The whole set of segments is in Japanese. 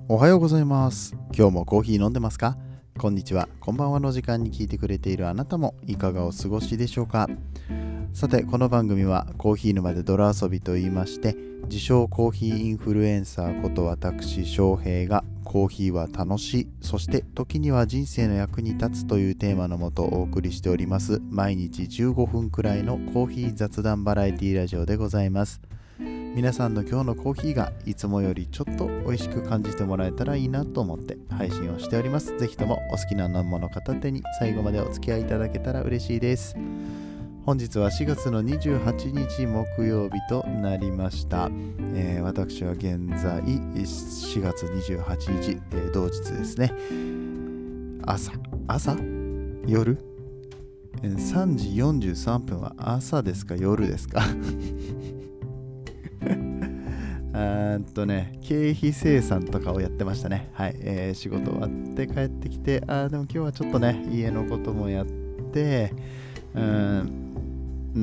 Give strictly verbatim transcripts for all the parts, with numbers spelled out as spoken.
おはようございます。今日もコーヒー飲んでますか？こんにちは、こんばんはの時間に聞いてくれているあなたもいかがお過ごしでしょうか？さて、この番組はコーヒー沼で泥遊びと言いまして、自称コーヒーインフルエンサーこと私翔平がコーヒーは楽しい、そして時には人生の役に立つというテーマのもとお送りしております毎日じゅうごふんくらいのコーヒー雑談バラエティラジオでございます。皆さんの今日のコーヒーがいつもよりちょっと美味しく感じてもらえたらいいなと思って配信をしております。ぜひともお好きな飲み物片手に最後までお付き合いいただけたら嬉しいです。本日はしがつのにじゅうはちにち木曜日となりました。えー、私は現在しがつにじゅうはちにち、えー、同日ですね。朝朝夜さんじよんじゅうさんぷんは朝ですか夜ですかあーっとね、経費精算とかをやってましたね。はい、えー、仕事終わって帰ってきて、あーでも今日はちょっとね、家のこともやって、うーん、うん。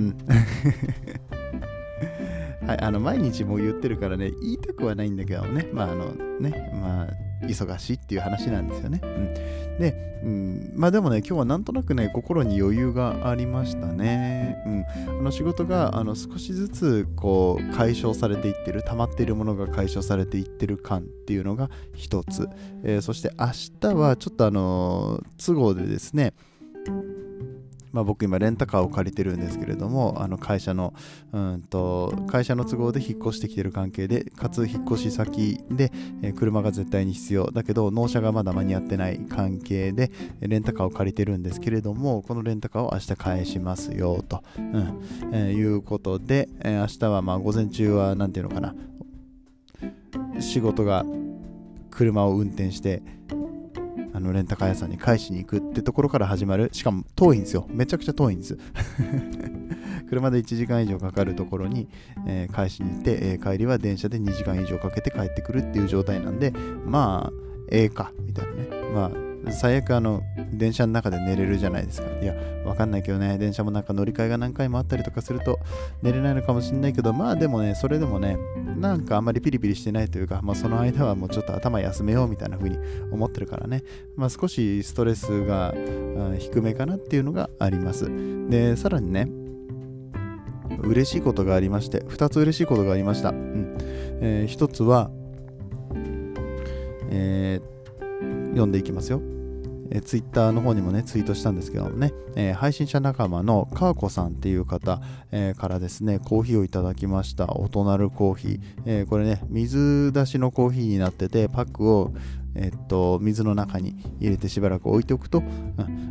はい、あの、毎日もう言ってるからね、言いたくはないんだけどね、まあ、あのね、まあ、忙しいっていう話なんですよね。うん、で、うん、まあでもね、今日はなんとなくね、心に余裕がありましたね。うん、あの仕事があの少しずつこう解消されていってる、溜まっているものが解消されていってる感っていうのが一つ。えー、そして明日はちょっとあの都合でですね、まあ、僕今レンタカーを借りてるんですけれども、あの会社のうんと会社の都合で引っ越してきてる関係で、かつ引っ越し先で、えー車が絶対に必要だけど納車がまだ間に合ってない関係でレンタカーを借りてるんですけれども、このレンタカーを明日返しますよと、うんえーいうことで、えー明日はまあ午前中はなんていうのかな、仕事が車を運転してあのレンタカー屋さんに返しに行くってところから始まる。しかも遠いんですよ。めちゃくちゃ遠いんです車でいちじかん以上かかるところに、えー返しに行って、えー帰りは電車でにじかん以上かけて帰ってくるっていう状態なんで、まあええかみたいなね。まあ最悪あの電車の中で寝れるじゃないですか。いやわかんないけどね、電車もなんか乗り換えが何回もあったりとかすると寝れないのかもしれないけど、まあでもね、それでもね、なんかあんまりピリピリしてないというか、まあその間はもうちょっと頭休めようみたいな風に思ってるからね、まあ少しストレスが、うん低めかなっていうのがあります。で、さらにね、嬉しいことがありまして、ふたつ嬉しいことがありました。うんえー、ひとつは、えー読んでいきますよ。えー、ツイッターの方にもねツイートしたんですけどもね、えー配信者仲間のかーこさんっていう方、えーからですねコーヒーをいただきました。音なるコーヒー、えーこれね水出しのコーヒーになってて、パックをえっと水の中に入れてしばらく置いておくと、うん、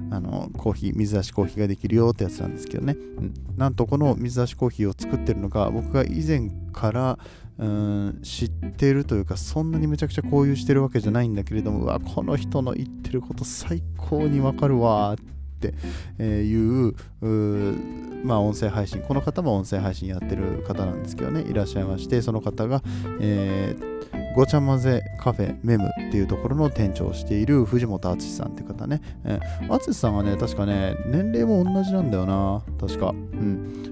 あのコーヒー水出しコーヒーができるよってやつなんですけどね、うん、なんとこの水出しコーヒーを作ってるのが僕が以前からうーん知ってるというか、そんなにめちゃくちゃ交友してるわけじゃないんだけれども、うわこの人の言ってること最高にわかるわーっていう、うーまあ音声配信、この方も音声配信やってる方なんですけどね、いらっしゃいまして、その方が、えーごちゃ混ぜカフェメムっていうところの店長をしている藤本敦さんっていう方ね。えー、敦さんはね、確かね、年齢も同じなんだよな、確か。うん。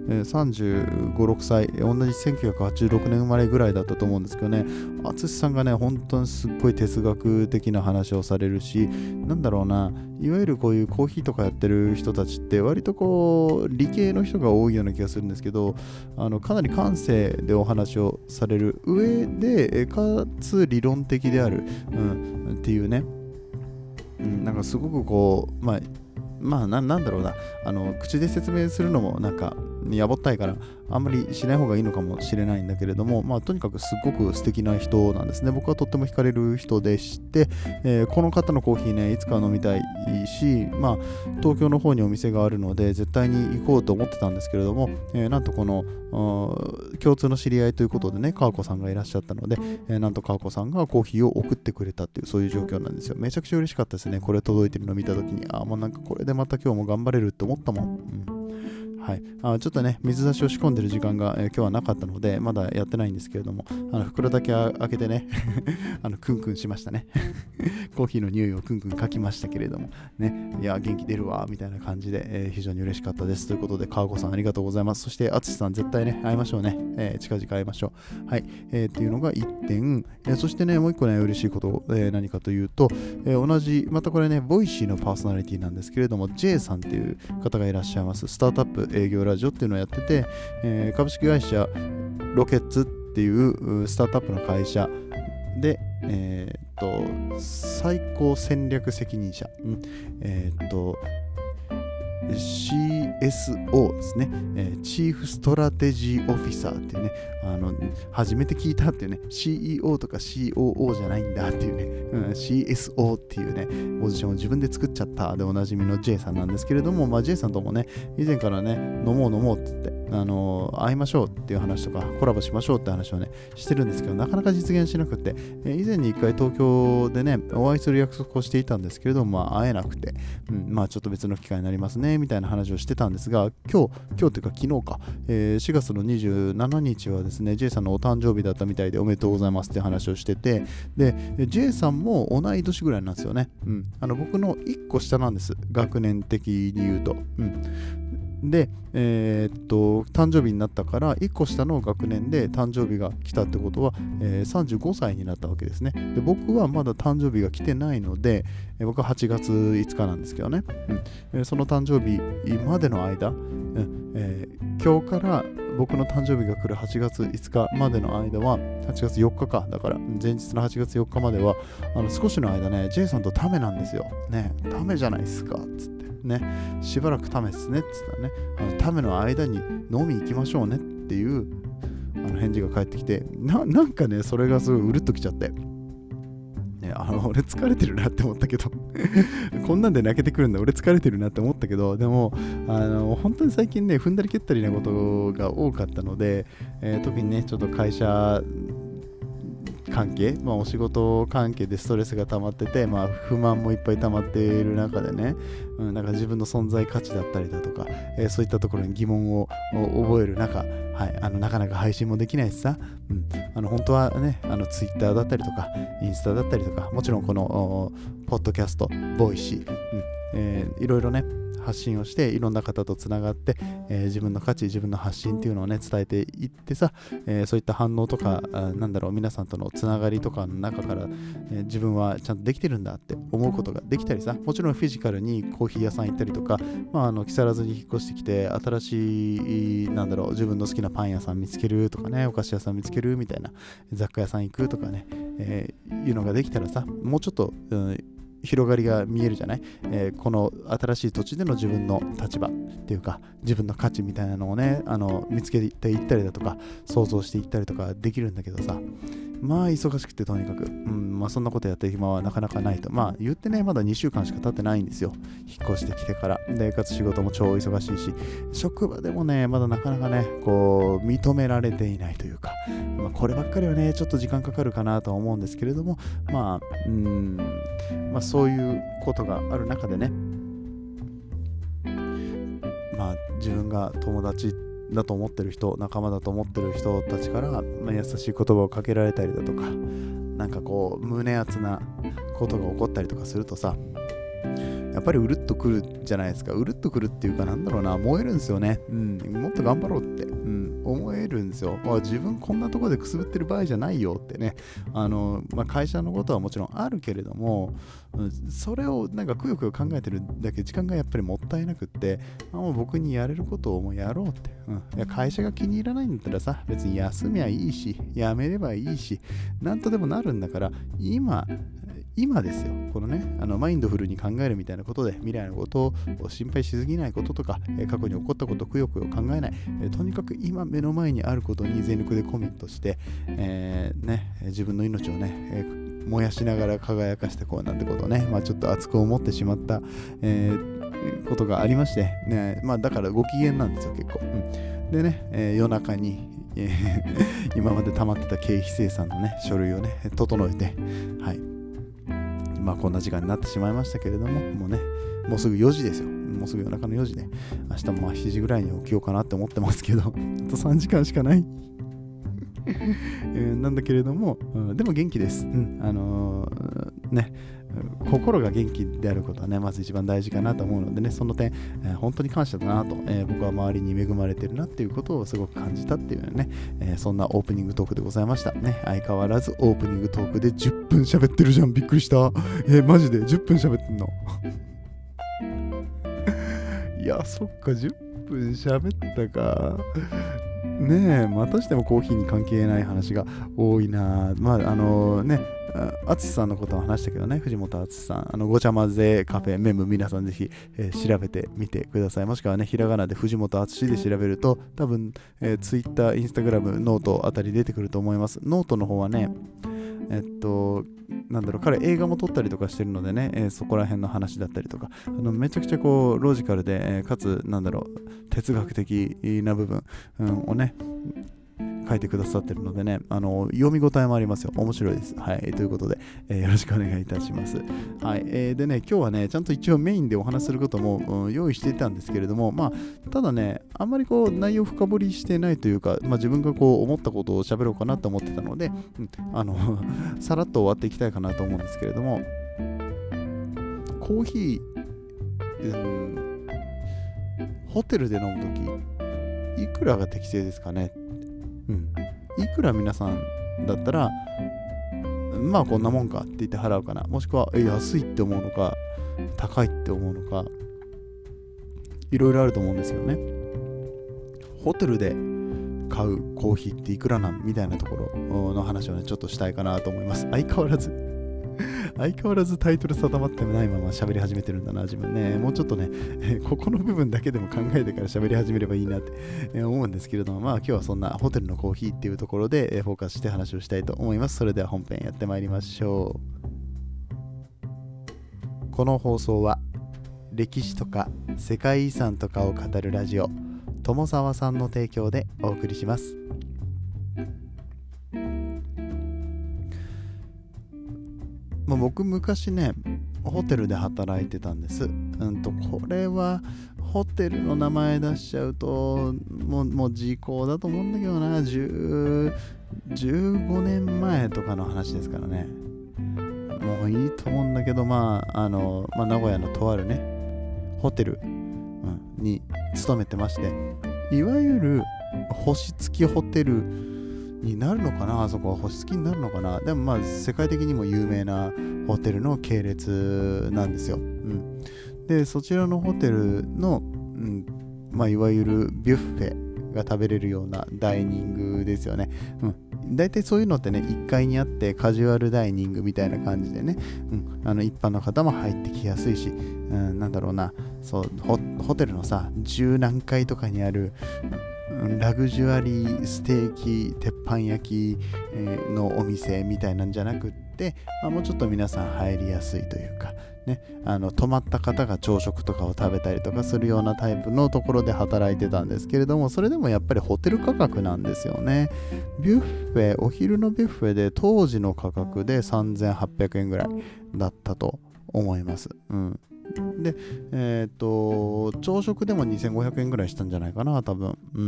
えー、さんじゅうご、ろくさい、同じせんきゅうひゃくはちじゅうろくねん生まれぐらいだったと思うんですけどね、敦さんがね、本当にすっごい哲学的な話をされるし、なんだろうな、いわゆるこういうコーヒーとかやってる人たちって割とこう理系の人が多いような気がするんですけど、あのかなり感性でお話をされる上でかつ理論的である、うん、っていうね、うん、なんかすごくこうまあまあな、なんだろうな、あの口で説明するのもなんかやぼったいからあんまりしない方がいいのかもしれないんだけれども、まあとにかくすごく素敵な人なんですね。僕はとっても惹かれる人でして、えーこの方のコーヒーねいつか飲みたいし、まあ東京の方にお店があるので絶対に行こうと思ってたんですけれども、えーなんとこの共通の知り合いということでね、かーこさんがいらっしゃったので、えーなんとかーこさんがコーヒーを送ってくれたっていう、そういう状況なんですよ。めちゃくちゃ嬉しかったですね。これ届いてるの見た時に、あもうなんかこれでまた今日も頑張れるって思ったもん。うんはい、あちょっとね水出しを仕込んでる時間が、えー、今日はなかったのでまだやってないんですけれども、あの袋だけ開けてねあのクンクンしましたねコーヒーの匂いをクンクンかきましたけれどもね、いや元気出るわみたいな感じで、えー、非常に嬉しかったですということで、川子さんありがとうございます。そしてあつしさん絶対ね会いましょうね、えー、近々会いましょう。はい、えー、っていうのがいってん、えー、そしてねもういっこね嬉しいこと、えー、何かというと、えー、同じまたこれねボイシーのパーソナリティなんですけれども J さんっていう方がいらっしゃいます。スタートアップ営業ラジオっていうのをやってて、えー、株式会社ロケッツっていうスタートアップの会社で、えー、っと最高戦略責任者、うん、えー、っと シーエスオー ですね、えー、チーフストラテジーオフィサーっていうね、あの初めて聞いたっていうね、 シーイーオー とか シーオーオー じゃないんだっていうね、うん、シーエスオー っていうねポジションを自分で作っちゃったでおなじみの J さんなんですけれども、まあ、J さんともね以前からね飲もう飲もうって言って、あのー、会いましょうっていう話とかコラボしましょうって話をねしてるんですけど、なかなか実現しなくて、えー、以前に一回東京でねお会いする約束をしていたんですけれども、まあ、会えなくて、うん、まあちょっと別の機会になりますねみたいな話をしてたんですが、今日今日というか昨日か、えー、しがつのにじゅうしちにちはですね J さんのお誕生日だったみたいで、おめでとうございますって話をしてて、で J さんも同い年ぐらいなんですよね、うん、あの僕のいっこ下なんです、学年的に言うと、うんで、えー、っと誕生日になったからいっこ下の学年で誕生日が来たってことは、えー、さんじゅうごさいになったわけですね。で僕はまだ誕生日が来てないので、えー、僕ははちがついつかなんですけどね、うんえー、その誕生日までの間、うんえー、今日から僕の誕生日が来るはちがついつかまでの間は、はちがつよっかか、だから前日のはちがつよっかまではあの少しの間ね J さんとタメなんですよね。タメじゃないですかつってね、しばらくタメっすねっつったらね、あのタメの間に飲み行きましょうねっていうあの返事が返ってきて、な、なんかねそれがすごいうるっときちゃって、ね、あの俺疲れてるなって思ったけどこんなんで泣けてくるんだ俺疲れてるなって思ったけど、でもあの本当に最近ね踏んだり蹴ったりなことが多かったので、えー、特にねちょっと会社関係、まあ、お仕事関係でストレスが溜まってて、まあ、不満もいっぱい溜まっている中でね、うん、なんか自分の存在価値だったりだとか、えー、そういったところに疑問を覚える中、はい、あのなかなか配信もできないしさ、うん、あの本当はねあのツイッターだったりとかインスタだったりとか、もちろんこのポッドキャストボイシー、うんえー、いろいろね発信をしていろんな方とつながって、えー、自分の価値自分の発信っていうのをね伝えていってさ、えー、そういった反応とかなんだろう皆さんとのつながりとかの中から、えー、自分はちゃんとできてるんだって思うことができたりさ、もちろんフィジカルにコーヒー屋さん行ったりとか、まあ、あの木更津に引っ越してきて新しいなんだろう自分の好きなパン屋さん見つけるとかね、お菓子屋さん見つけるみたいな、雑貨屋さん行くとかね、えー、いうのができたらさ、もうちょっと、うん広がりが見えるじゃない、えー、この新しい土地での自分の立場っていうか自分の価値みたいなのをねあの見つけていったりだとか想像していったりとかできるんだけどさ、まあ忙しくてとにかく、うんまあ、そんなことやってる暇はなかなかないと。まあ言ってねまだにしゅうかんしか経ってないんですよ、引っ越してきてから。でかつ仕事も超忙しいし、職場でもねまだなかなかねこう認められていないというか、まあ、こればっかりはねちょっと時間かかるかなとは思うんですけれども、まあうんまあそういうことがある中でね、まあ自分が友達だと思ってる人、仲間だと思ってる人たちから、まあ、優しい言葉をかけられたりだとか、なんかこう胸熱なことが起こったりとかするとさ、やっぱりうるっとくるじゃないですか。うるっとくるっていうかなんだろうな、燃えるんですよね。うん、もっと頑張ろうって、うん、思えるんですよ。自分こんなところでくすぶってる場合じゃないよってね。あの、まあ、会社のことはもちろんあるけれども、うん、それをなんかくよくよ考えてるだけ時間がやっぱりもったいなくって、あもう僕にやれることをもうやろうって、うん、いや会社が気に入らないんだったらさ、別に休みはいいし、辞めればいいし、なんとでもなるんだから、今今ですよ、このねあのマインドフルに考えるみたいなことで未来のことを心配しすぎないこととか、えー、過去に起こったことをくよくよ考えない、えー、とにかく今目の前にあることに全力でコミットして、えーね、自分の命をね、えー、燃やしながら輝かしてこうなんてことをね、まあ、ちょっと熱く思ってしまった、えー、ことがありまして、ねまあ、だからご機嫌なんですよ結構、うん、でね、えー、夜中にえー、今まで溜まってた経費精算のね書類をね整えて、はいまあこんな時間になってしまいましたけれども、もうねもうすぐよじですよ。 もうすぐ夜中のよじで、明日もまあしちじぐらいに起きようかなって思ってますけど、あとさんじかんしかない。えー、なんだけれども、うん、でも元気です。うん、あのー、ね、心が元気であることはね、まず一番大事かなと思うのでね、その点、えー、本当に感謝だなと、えー、僕は周りに恵まれてるなっていうことをすごく感じたっていうね、えー、そんなオープニングトークでございました。ね、相変わらずオープニングトークでじゅっぷん喋ってるじゃん、びっくりした。えー、マジでじゅっぷん喋ってんの。いや、そっか、じゅっぷん喋ったか。ねえ、またしてもコーヒーに関係ない話が多いな。まあ、あのね、あつしさんのことは話したけどね、藤本あつしさん、あのごちゃ混ぜカフェメム、皆さんぜひ、えー、調べてみてください。もしくはね、ひらがなで藤本あつしで調べると、多分、えー、Twitter、Instagram、ノートあたり出てくると思います。ノートの方はね、えっと、なんだろう、彼映画も撮ったりとかしてるのでね、えー、そこら辺の話だったりとか、あのめちゃくちゃこうロジカルで、えー、かつなんだろう、哲学的な部分、うん、をね書いてくださってるのでね、あの読み応えもありますよ。面白いです。はい、ということで、えー、よろしくお願いいたします。はい、えー、でね、今日はね、ちゃんと一応メインでお話しすることも、うん、用意していたんですけれども、まあ、ただね、あんまりこう内容深掘りしてないというか、まあ、自分がこう思ったことを喋ろうかなと思ってたので、うん、あのさらっと終わっていきたいかなと思うんですけれども、コーヒー、うん、ホテルで飲むとき、いくらが適正ですかね。うん、いくら皆さんだったら、まあこんなもんかって言って払うかな、もしくはえ安いって思うのか高いって思うのか、いろいろあると思うんですよね。ホテルで買うコーヒーっていくらなんみたいなところの話をねちょっとしたいかなと思います。相変わらず相変わらずタイトル定まってないまま喋り始めてるんだな、自分ね。もうちょっとね、ここの部分だけでも考えてから喋り始めればいいなって思うんですけれども、まあ今日はそんなホテルのコーヒーっていうところでフォーカスして話をしたいと思います。それでは本編やってまいりましょう。この放送は歴史とか世界遺産とかを語るラジオ、友沢さんの提供でお送りします。まあ、僕昔ねホテルで働いてたんです。うんとこれはホテルの名前出しちゃうともう、もう時効だと思うんだけどな、じゅう、じゅうごねんまえとかの話ですからね。もういいと思うんだけど、まああの、まあ、名古屋のとあるねホテル、うん、に勤めてまして、いわゆる星付きホテルになるのかな、あそこは星付きになるのかな。でもまあ世界的にも有名なホテルの系列なんですよ。うん、でそちらのホテルの、うんまあ、いわゆるビュッフェが食べれるようなダイニングですよね。うん、だいたいそういうのってねいっかいにあってカジュアルダイニングみたいな感じでね、うん、あの一般の方も入ってきやすいし、うん、なんだろうな、そう ホ, ホテルのさ十何階とかにあるラグジュアリーステーキ鉄板焼きのお店みたいなんじゃなくって、まあ、もうちょっと皆さん入りやすいというか、ね、あの泊まった方が朝食とかを食べたりとかするようなタイプのところで働いてたんですけれども、それでもやっぱりホテル価格なんですよね。ビュッフェ、お昼のビュッフェで当時の価格でさんぜんはっぴゃくえんぐらいだったと思います。うんで、えっ、ー、と、朝食でもにせんごひゃくえんぐらいしたんじゃないかな、多分。うん。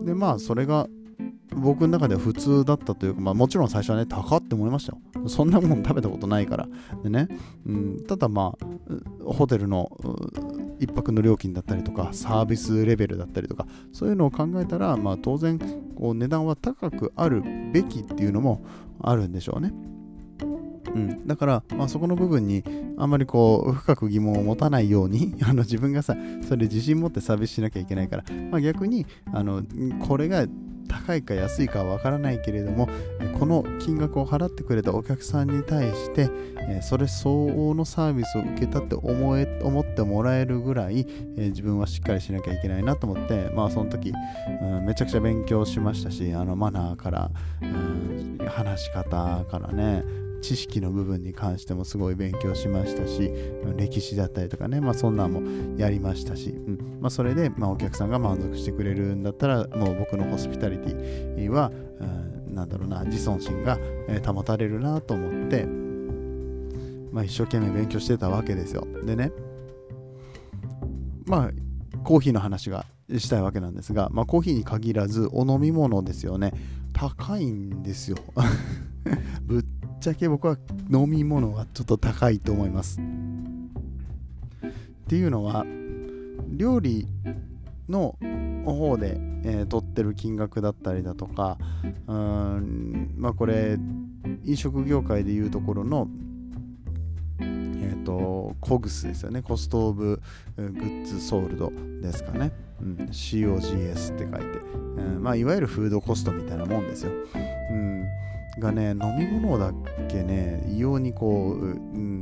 で、まあ、それが僕の中では普通だったというか、まあ、もちろん最初はね、高って思いましたよ。そんなもん食べたことないから。でね、うん、ただまあ、ホテルの一泊の料金だったりとか、サービスレベルだったりとか、そういうのを考えたら、まあ、当然、こう値段は高くあるべきっていうのもあるんでしょうね。うん、だから、まあ、そこの部分にあんまりこう深く疑問を持たないようにあの自分がさそれ自信持ってサービスしなきゃいけないから、まあ、逆にあのこれが高いか安いかは分からないけれども、この金額を払ってくれたお客さんに対してそれ相応のサービスを受けたって思え思ってもらえるぐらい自分はしっかりしなきゃいけないなと思って、まあその時、うん、めちゃくちゃ勉強しましたし、あのマナーから、うん、話し方からね、知識の部分に関してもすごい勉強しましたし、歴史だったりとかね、まあそんなんもやりましたし、うんまあ、それで、まあ、お客さんが満足してくれるんだったら、もう僕のホスピタリティは、うん、なんだろうな、自尊心が、えー、保たれるなと思って、まあ、一生懸命勉強してたわけですよ。でね、 まあコーヒーの話がしたいわけなんですが、まあ、コーヒーに限らずお飲み物ですよね。高いんですよぶっちゃけ僕は飲み物はちょっと高いと思います。っていうのは料理の方で、えー、取ってる金額だったりだとか、うーんまあこれ飲食業界でいうところのえっとコグスですよね。コストオブグッズソールドですかね、うん、シーオージーエス って書いて、うん、まあいわゆるフードコストみたいなもんですよ、うん、がね、飲み物だけね異様にこう、うん、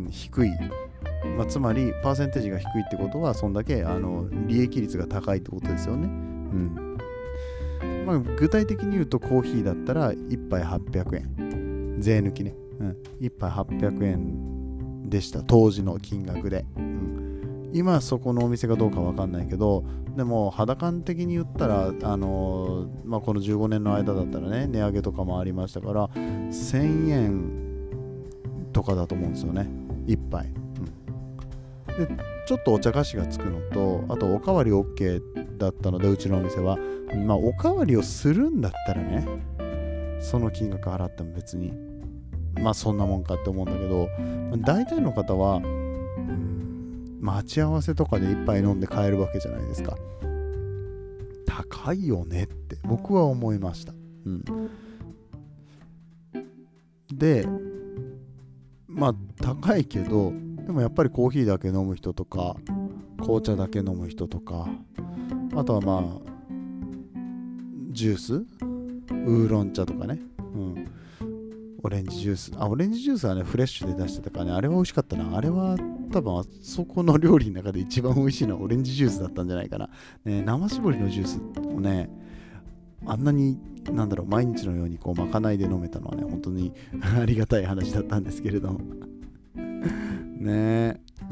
低い、まあ、つまりパーセンテージが低いってことはそんだけあの利益率が高いってことですよね、うんまあ、具体的に言うとコーヒーだったらいっぱいはっぴゃくえん税抜きね、うん、いっぱいはっぴゃくえんでした当時の金額で、うん、今そこのお店がどうかわかんないけど、でも肌感的に言ったらあのーまあ、このじゅうごねんの間だったらね値上げとかもありましたからせんえんとかだと思うんですよねいっぱい、うん、でちょっとお茶菓子がつくのと、あとおかわり OK だったのでうちのお店は、まあおかわりをするんだったらねその金額払っても別にまあそんなもんかって思うんだけど、大体の方は、うん、待ち合わせとかで一杯飲んで帰るわけじゃないですか。高いよねって僕は思いました、うん、でまあ高いけどでもやっぱりコーヒーだけ飲む人とか紅茶だけ飲む人とか、あとはまあジュースウーロン茶とかね、うんオレンジジュース、あ、オレンジジュースはね、フレッシュで出してたからね、あれは美味しかったな。あれは多分あそこの料理の中で一番美味しいのはオレンジジュースだったんじゃないかな。ね、生搾りのジュースをね、あんなに、なんだろう、毎日のようにこう、まかないで飲めたのはね、本当にありがたい話だったんですけれども。ねえ、うん。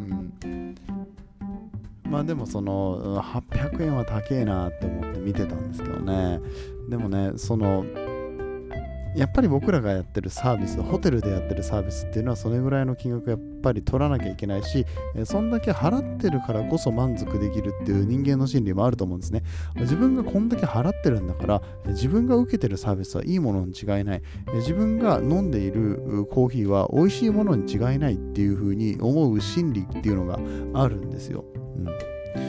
まあでもその、はっぴゃくえんは高えなって思って見てたんですけどね。でもね、その、やっぱり僕らがやってるサービス、ホテルでやってるサービスっていうのはそれぐらいの金額やっぱり取らなきゃいけないし、そんだけ払ってるからこそ満足できるっていう人間の心理もあると思うんですね。自分がこんだけ払ってるんだから自分が受けてるサービスはいいものに違いない、自分が飲んでいるコーヒーは美味しいものに違いないっていう風に思う心理っていうのがあるんですよ、うん、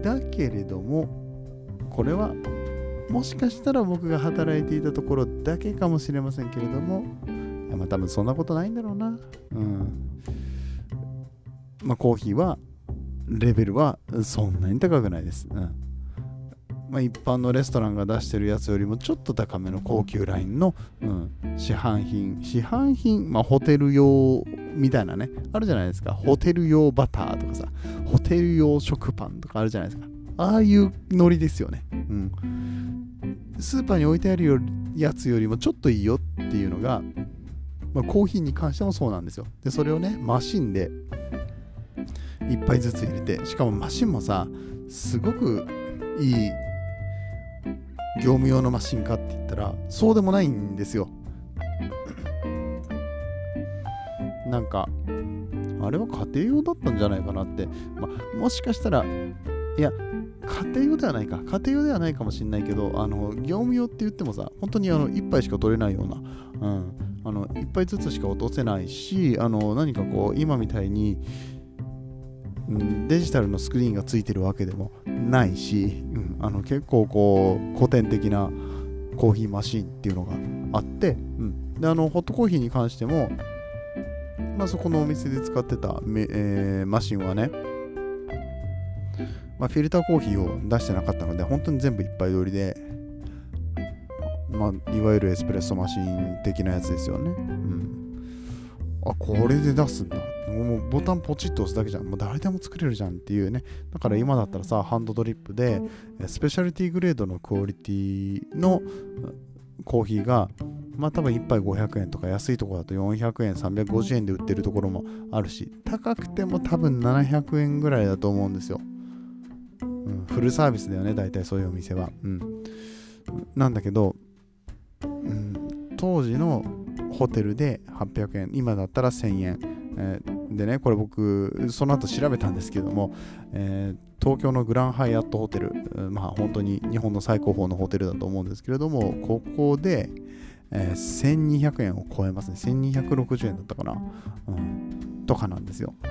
だけれどもこれはもしかしたら僕が働いていたところだけかもしれませんけれども、いやまあ多分そんなことないんだろうな。うん。まあコーヒーは、レベルはそんなに高くないです。うん。まあ一般のレストランが出してるやつよりもちょっと高めの高級ラインの、うん、市販品。市販品、まあホテル用みたいなね、あるじゃないですか。ホテル用バターとかさ、ホテル用食パンとかあるじゃないですか。ああいうノリですよね。うん。スーパーに置いてあるやつよりもちょっといいよっていうのが、まあ、コーヒーに関してもそうなんですよ。で、それをね、マシンでいっぱいずつ入れて、しかもマシンもさ、すごくいい業務用のマシンかって言ったら、そうでもないんですよ。なんか、あれは家庭用だったんじゃないかなって、まあ、もしかしたら、いや、家庭用ではないか。家庭用ではないかもしれないけど、あの、業務用って言ってもさ、本当にあの、一杯しか取れないような、うん、あの、一杯ずつしか落とせないし、あの、何かこう、今みたいに、うん、デジタルのスクリーンがついてるわけでもないし、うん、あの、結構こう、古典的なコーヒーマシンっていうのがあって、うん、で、あの、ホットコーヒーに関しても、まあ、そこのお店で使ってた、えー、マシンはね、まあ、フィルターコーヒーを出してなかったので本当に全部いっぱい取りで、まあ、いわゆるエスプレッソマシン的なやつですよね、うん、あ、これで出すんだ、もうボタンポチッと押すだけじゃん、もう誰でも作れるじゃんっていうね。だから今だったらさ、ハンドドリップでスペシャリティグレードのクオリティのコーヒーがまあ多分いっぱいごひゃくえんとか、安いところだとよんひゃくえんさんびゃくごじゅうえんで売ってるところもあるし、高くても多分ななひゃくえんぐらいだと思うんですよ。うん、フルサービスだよね、大体そういうお店は。うん、なんだけど、うん、当時のホテルではっぴゃくえん、今だったらせんえん、えー、でね、これ僕その後調べたんですけども、え東京のグランハイアットホテル、まあ本当に日本の最高峰のホテルだと思うんですけれども、ここで、えー、せんにひゃくえんを超えますね。せんにひゃくろくじゅうえんだったかな、うん、とかなんですよ。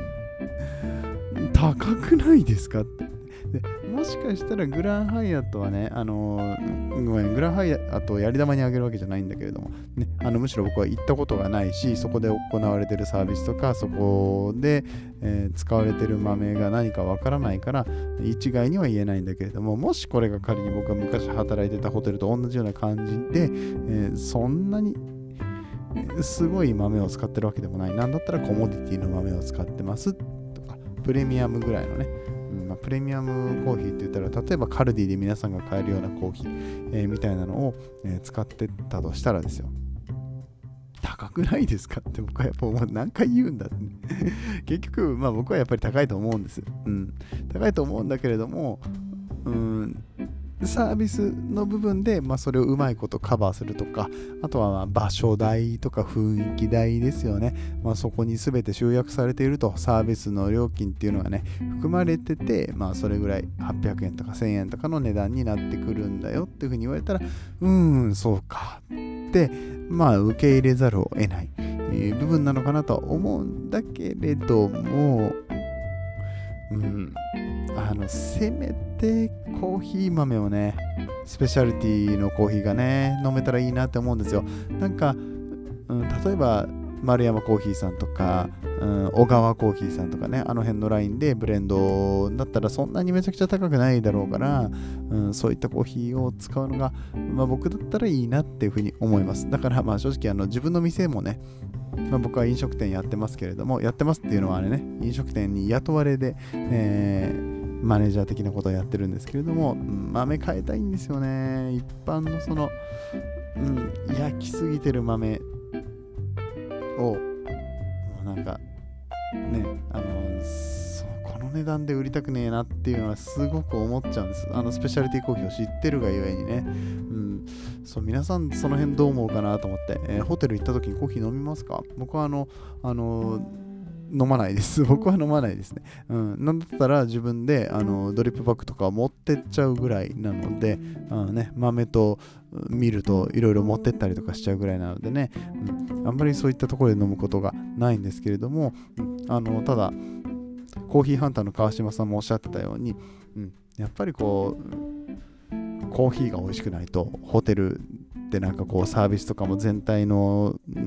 高くないですかって。でもしかしたらグランハイアットはね、あのー、ごめん、グランハイアットをやり玉にあげるわけじゃないんだけれども、ね、あのむしろ僕は行ったことがないし、そこで行われているサービスとか、そこで、えー、使われている豆が何かわからないから、一概には言えないんだけれども、もしこれが仮に僕が昔働いてたホテルと同じような感じで、えー、そんなにすごい豆を使ってるわけでもない。なんだったらコモディティの豆を使ってますとか、プレミアムぐらいのね、うんまあ、プレミアムコーヒーって言ったら、例えばカルディで皆さんが買えるようなコーヒー、えー、みたいなのを、えー、使ってたとしたらですよ。高くないですかって僕はやっぱもう何回言うんだって結局、まあ僕はやっぱり高いと思うんです。うん。高いと思うんだけれども、うん、サービスの部分で、まあ、それをうまいことカバーするとか、あとはまあ場所代とか雰囲気代ですよね。まあ、そこに全て集約されていると、サービスの料金っていうのがね、含まれてて、まあ、それぐらいはっぴゃくえんとかせんえんとかの値段になってくるんだよっていうふうに言われたら、うーん、そうかって、まあ、受け入れざるを得ない部分なのかなとは思うんだけれども、うん、あのせめてコーヒー豆をね、スペシャルティのコーヒーがね飲めたらいいなって思うんですよ。なんか、うん、例えば丸山コーヒーさんとか、うん、小川コーヒーさんとかね、あの辺のラインでブレンドだったらそんなにめちゃくちゃ高くないだろうから、うん、そういったコーヒーを使うのが、まあ、僕だったらいいなっていうふうに思います。だからまあ正直あの自分の店もね、まあ、僕は飲食店やってますけれども、やってますっていうのはあれね、飲食店に雇われで、えー、マネージャー的なことをやってるんですけれども、うん、豆変えたいんですよね。一般のその、うん、焼きすぎてる豆を、もうなんか、ね、あのこの値段で売りたくねえなっていうのはすごく思っちゃうんです。あのスペシャリティコーヒーを知ってるがゆえにね、うん、そう皆さんその辺どう思うかなと思って、えー、ホテル行った時にコーヒー飲みますか？僕はあの、あの飲まないです。僕は飲まないですね。うん、なんだったら自分であのドリップバッグとか持ってっちゃうぐらいなので、うんね、豆とミルといろいろ持ってったりとかしちゃうぐらいなのでね、うん、あんまりそういったところで飲むことがないんですけれども、うん、あのただコーヒーハンターの川島さんもおっしゃってたように、うん、やっぱりこうコーヒーが美味しくないとホテルでなんかこうサービスとかも全体の、うん、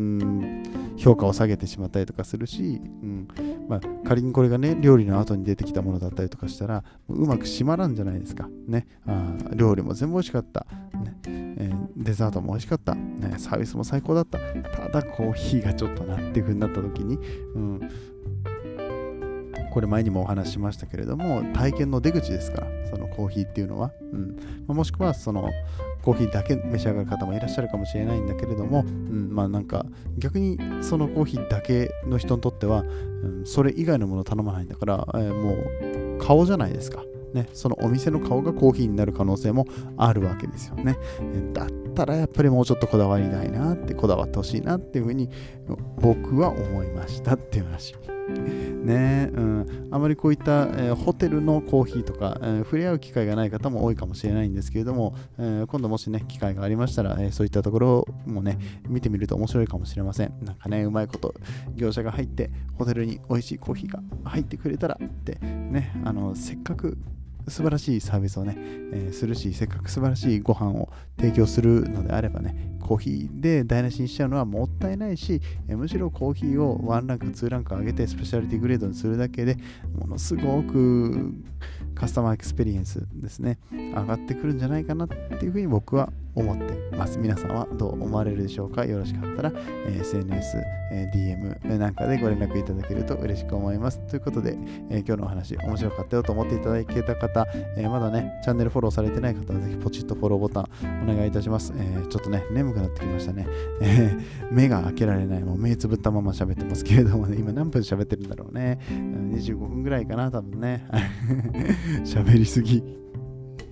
評価を下げてしまったりとかするし、うんまあ、仮にこれがね料理の後に出てきたものだったりとかしたらうまく締まらんじゃないですか、ね、あ料理も全部美味しかった、ねえー、デザートも美味しかった、ね、サービスも最高だった、ただコーヒーがちょっとなっていう風になった時に、うんこれ前にもお話ししましたけれども、体験の出口ですから、そのコーヒーっていうのは、うんまあ、もしくはそのコーヒーだけ召し上がる方もいらっしゃるかもしれないんだけれども、うん、まあなんか逆にそのコーヒーだけの人にとっては、うん、それ以外のものを頼まないんだから、えー、もう顔じゃないですか。ね、そのお店の顔がコーヒーになる可能性もあるわけですよね。だったらやっぱりもうちょっとこだわりたいなって、こだわってほしいなっていうふうに僕は思いましたっていう話。ねうん、あまりこういった、えー、ホテルのコーヒーとか、えー、触れ合う機会がない方も多いかもしれないんですけれども、えー、今度もしね機会がありましたら、えー、そういったところもね見てみると面白いかもしれません。なんかねうまいこと業者が入ってホテルに美味しいコーヒーが入ってくれたらってね、あのせっかく素晴らしいサービスをね、えー、するし、せっかく素晴らしいご飯を提供するのであればね、コーヒーで台無しにしちゃうのはもったいないし、えー、むしろコーヒーをワンランク、ツーランク上げてスペシャリティグレードにするだけでものすごくカスタマーエクスペリエンスですね、上がってくるんじゃないかなっていうふうに僕は思ってます。皆さんはどう思われるでしょうか？よろしかったら、えー、エスエヌエス、えー、ディーエム なんかでご連絡いただけると嬉しく思います。ということで、えー、今日のお話面白かったよと思っていただけた方、えー、まだねチャンネルフォローされてない方はぜひポチッとフォローボタンお願いいたします。えー、ちょっとね眠くなってきましたね。えー、目が開けられない、もう目つぶったまま喋ってますけれどもね、今何分喋ってるんだろうね。にじゅうごふんぐらいかな多分ね。喋りすぎ。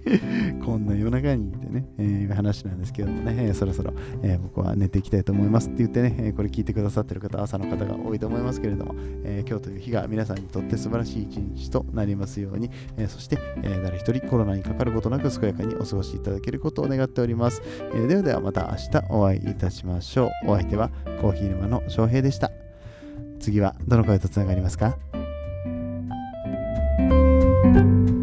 こんな夜中にってね、えー、いう話なんですけどもね、えー、そろそろ、えー、僕は寝ていきたいと思いますって言ってね、えー、これ聞いてくださってる方、朝の方が多いと思いますけれども、えー、今日という日が皆さんにとって素晴らしい一日となりますように、えー、そして、えー、誰一人コロナにかかることなく健やかにお過ごしいただけることを願っております。えー、ではではまた明日お会いいたしましょう。お相手はコーヒー沼の翔平でした。次はどの声とつながりますか？